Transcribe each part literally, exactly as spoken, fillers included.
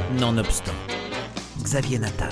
Nonobstant, Xavier Natav.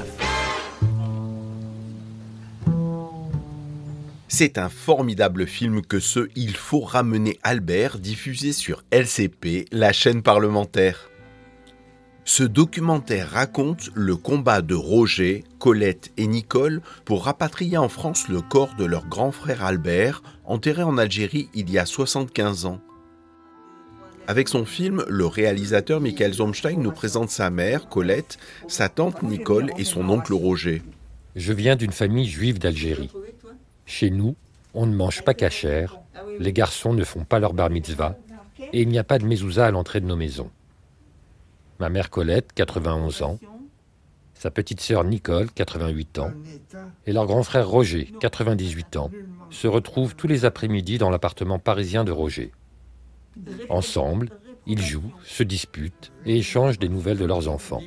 C'est un formidable film que ce Il faut ramener Albert, diffusé sur L C P, la chaîne parlementaire. Ce documentaire raconte le combat de Roger, Colette et Nicole pour rapatrier en France le corps de leur grand frère Albert, enterré en Algérie il y a soixante-quinze ans. Avec son film, le réalisateur Michael Zumstein nous présente sa mère, Colette, sa tante Nicole et son oncle Roger. Je viens d'une famille juive d'Algérie. Chez nous, on ne mange pas cachère, les garçons ne font pas leur bar mitzvah, et il n'y a pas de mezouza à l'entrée de nos maisons. Ma mère Colette, quatre-vingt-onze ans, sa petite sœur Nicole, quatre-vingt-huit ans, et leur grand frère Roger, quatre-vingt-dix-huit ans, se retrouvent tous les après-midi dans l'appartement parisien de Roger. Ensemble, ils jouent, se disputent et échangent des nouvelles de leurs enfants.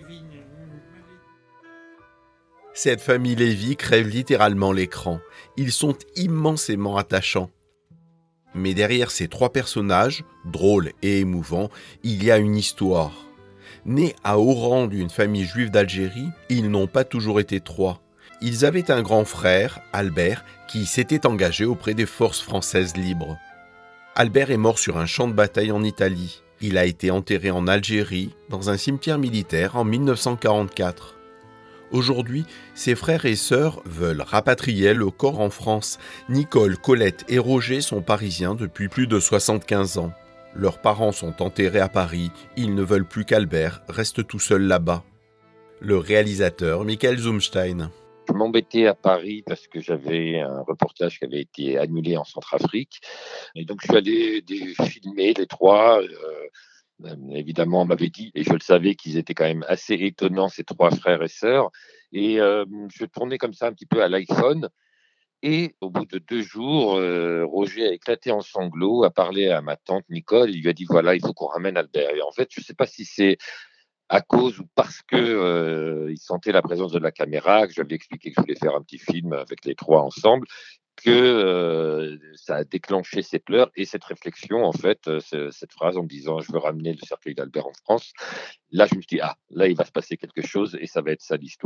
Cette famille Lévy crève littéralement l'écran. Ils sont immensément attachants. Mais derrière ces trois personnages, drôles et émouvants, il y a une histoire. Nés à Oran d'une famille juive d'Algérie, ils n'ont pas toujours été trois. Ils avaient un grand frère, Albert, qui s'était engagé auprès des forces françaises libres. Albert est mort sur un champ de bataille en Italie. Il a été enterré en Algérie, dans un cimetière militaire en mille neuf cent quarante-quatre. Aujourd'hui, ses frères et sœurs veulent rapatrier le corps en France. Nicole, Colette et Roger sont parisiens depuis plus de soixante-quinze ans. Leurs parents sont enterrés à Paris, ils ne veulent plus qu'Albert reste tout seul là-bas. Le réalisateur Michael Zumstein. Je m'embêtais à Paris parce que j'avais un reportage qui avait été annulé en Centrafrique. Et donc, je suis allé des, filmer les trois. Euh, évidemment, on m'avait dit, et je le savais, qu'ils étaient quand même assez étonnants, ces trois frères et sœurs. Et euh, je tournais comme ça un petit peu à l'iPhone. Et au bout de deux jours, euh, Roger a éclaté en sanglots, a parlé à ma tante Nicole. Il lui a dit, voilà, il faut qu'on ramène Albert. Et en fait, je ne sais pas si c'est à cause ou parce que euh, il sentait la présence de la caméra, que j'avais expliqué que je voulais faire un petit film avec les trois ensemble, que euh, ça a déclenché ces pleurs et cette réflexion, en fait, euh, cette phrase en me disant « je veux ramener le cercueil d'Albert en France ». Là, je me suis dit « ah, là, il va se passer quelque chose et ça va être ça l'histoire ».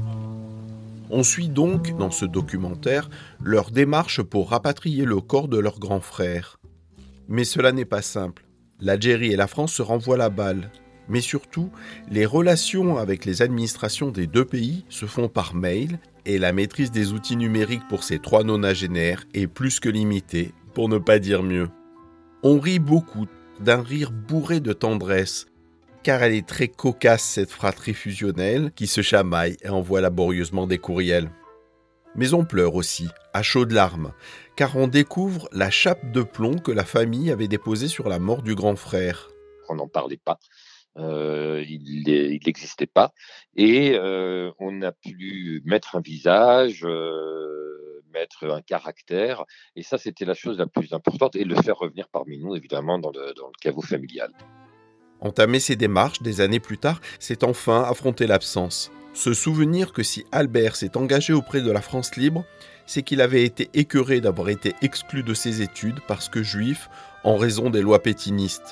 On suit donc, dans ce documentaire, leur démarche pour rapatrier le corps de leur grand frère. Mais cela n'est pas simple. L'Algérie et la France se renvoient la balle. Mais surtout, les relations avec les administrations des deux pays se font par mail et la maîtrise des outils numériques pour ces trois nonagénaires est plus que limitée, pour ne pas dire mieux. On rit beaucoup, d'un rire bourré de tendresse, car elle est très cocasse cette fratrie fusionnelle qui se chamaille et envoie laborieusement des courriels. Mais on pleure aussi, à chaudes larmes, car on découvre la chape de plomb que la famille avait déposée sur la mort du grand frère. On n'en parlait pas. Euh, il n'existait pas et euh, on a pu mettre un visage, euh, mettre un caractère et ça c'était la chose la plus importante et le faire revenir parmi nous évidemment dans le, dans le caveau familial. Entamer ces démarches des années plus tard, c'est enfin affronter l'absence. Se souvenir que si Albert s'est engagé auprès de la France libre, c'est qu'il avait été écœuré d'avoir été exclu de ses études parce que juif en raison des lois pétinistes.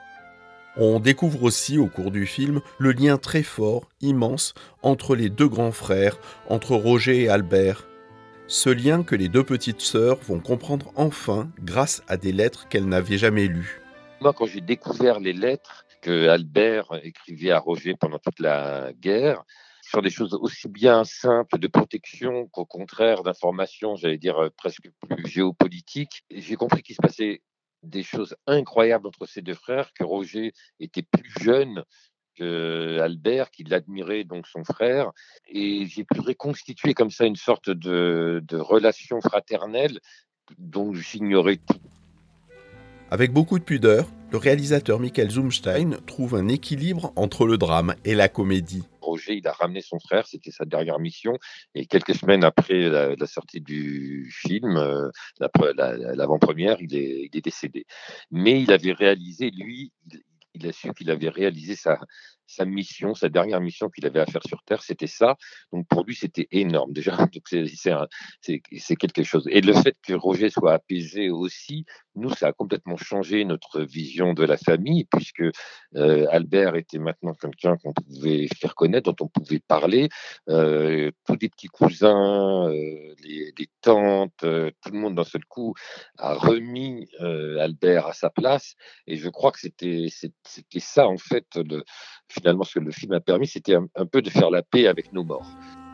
On découvre aussi au cours du film le lien très fort, immense, entre les deux grands frères, entre Roger et Albert. Ce lien que les deux petites sœurs vont comprendre enfin grâce à des lettres qu'elles n'avaient jamais lues. Moi, quand j'ai découvert les lettres que Albert écrivait à Roger pendant toute la guerre, sur des choses aussi bien simples de protection qu'au contraire d'informations, j'allais dire presque plus géopolitiques, j'ai compris qu'il se passait des choses incroyables entre ces deux frères, que Roger était plus jeune que Albert, qu'il admirait donc son frère, et j'ai pu reconstituer comme ça une sorte de, de relation fraternelle dont j'ignorais tout. Avec beaucoup de pudeur, le réalisateur Michael Zumstein trouve un équilibre entre le drame et la comédie. Roger, il a ramené son frère, c'était sa dernière mission. Et quelques semaines après la, la sortie du film, euh, la, la, l'avant-première, il est, il est décédé. Mais il avait réalisé, lui, il, il a su qu'il avait réalisé sa, sa mission, sa dernière mission qu'il avait à faire sur Terre, c'était ça. Donc pour lui, c'était énorme. Déjà, donc c'est, c'est, un- c'est- c'est quelque chose. Et le fait que Roger soit apaisé aussi, nous, ça a complètement changé notre vision de la famille, puisque euh, Albert était maintenant quelqu'un qu'on pouvait faire connaître, dont on pouvait parler. Euh, tous les petits cousins, euh, les, les tantes, euh, tout le monde d'un seul coup a remis euh, Albert à sa place. Et je crois que c'était, c'est- c'était ça, en fait, le, finalement, ce que le film a permis, c'était un, un peu de faire la paix avec nos morts.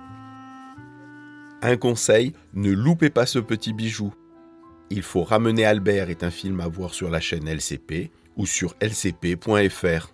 Un conseil, ne loupez pas ce petit bijou. Il faut ramener Albert est un film à voir sur la chaîne L C P ou sur L C P point F R.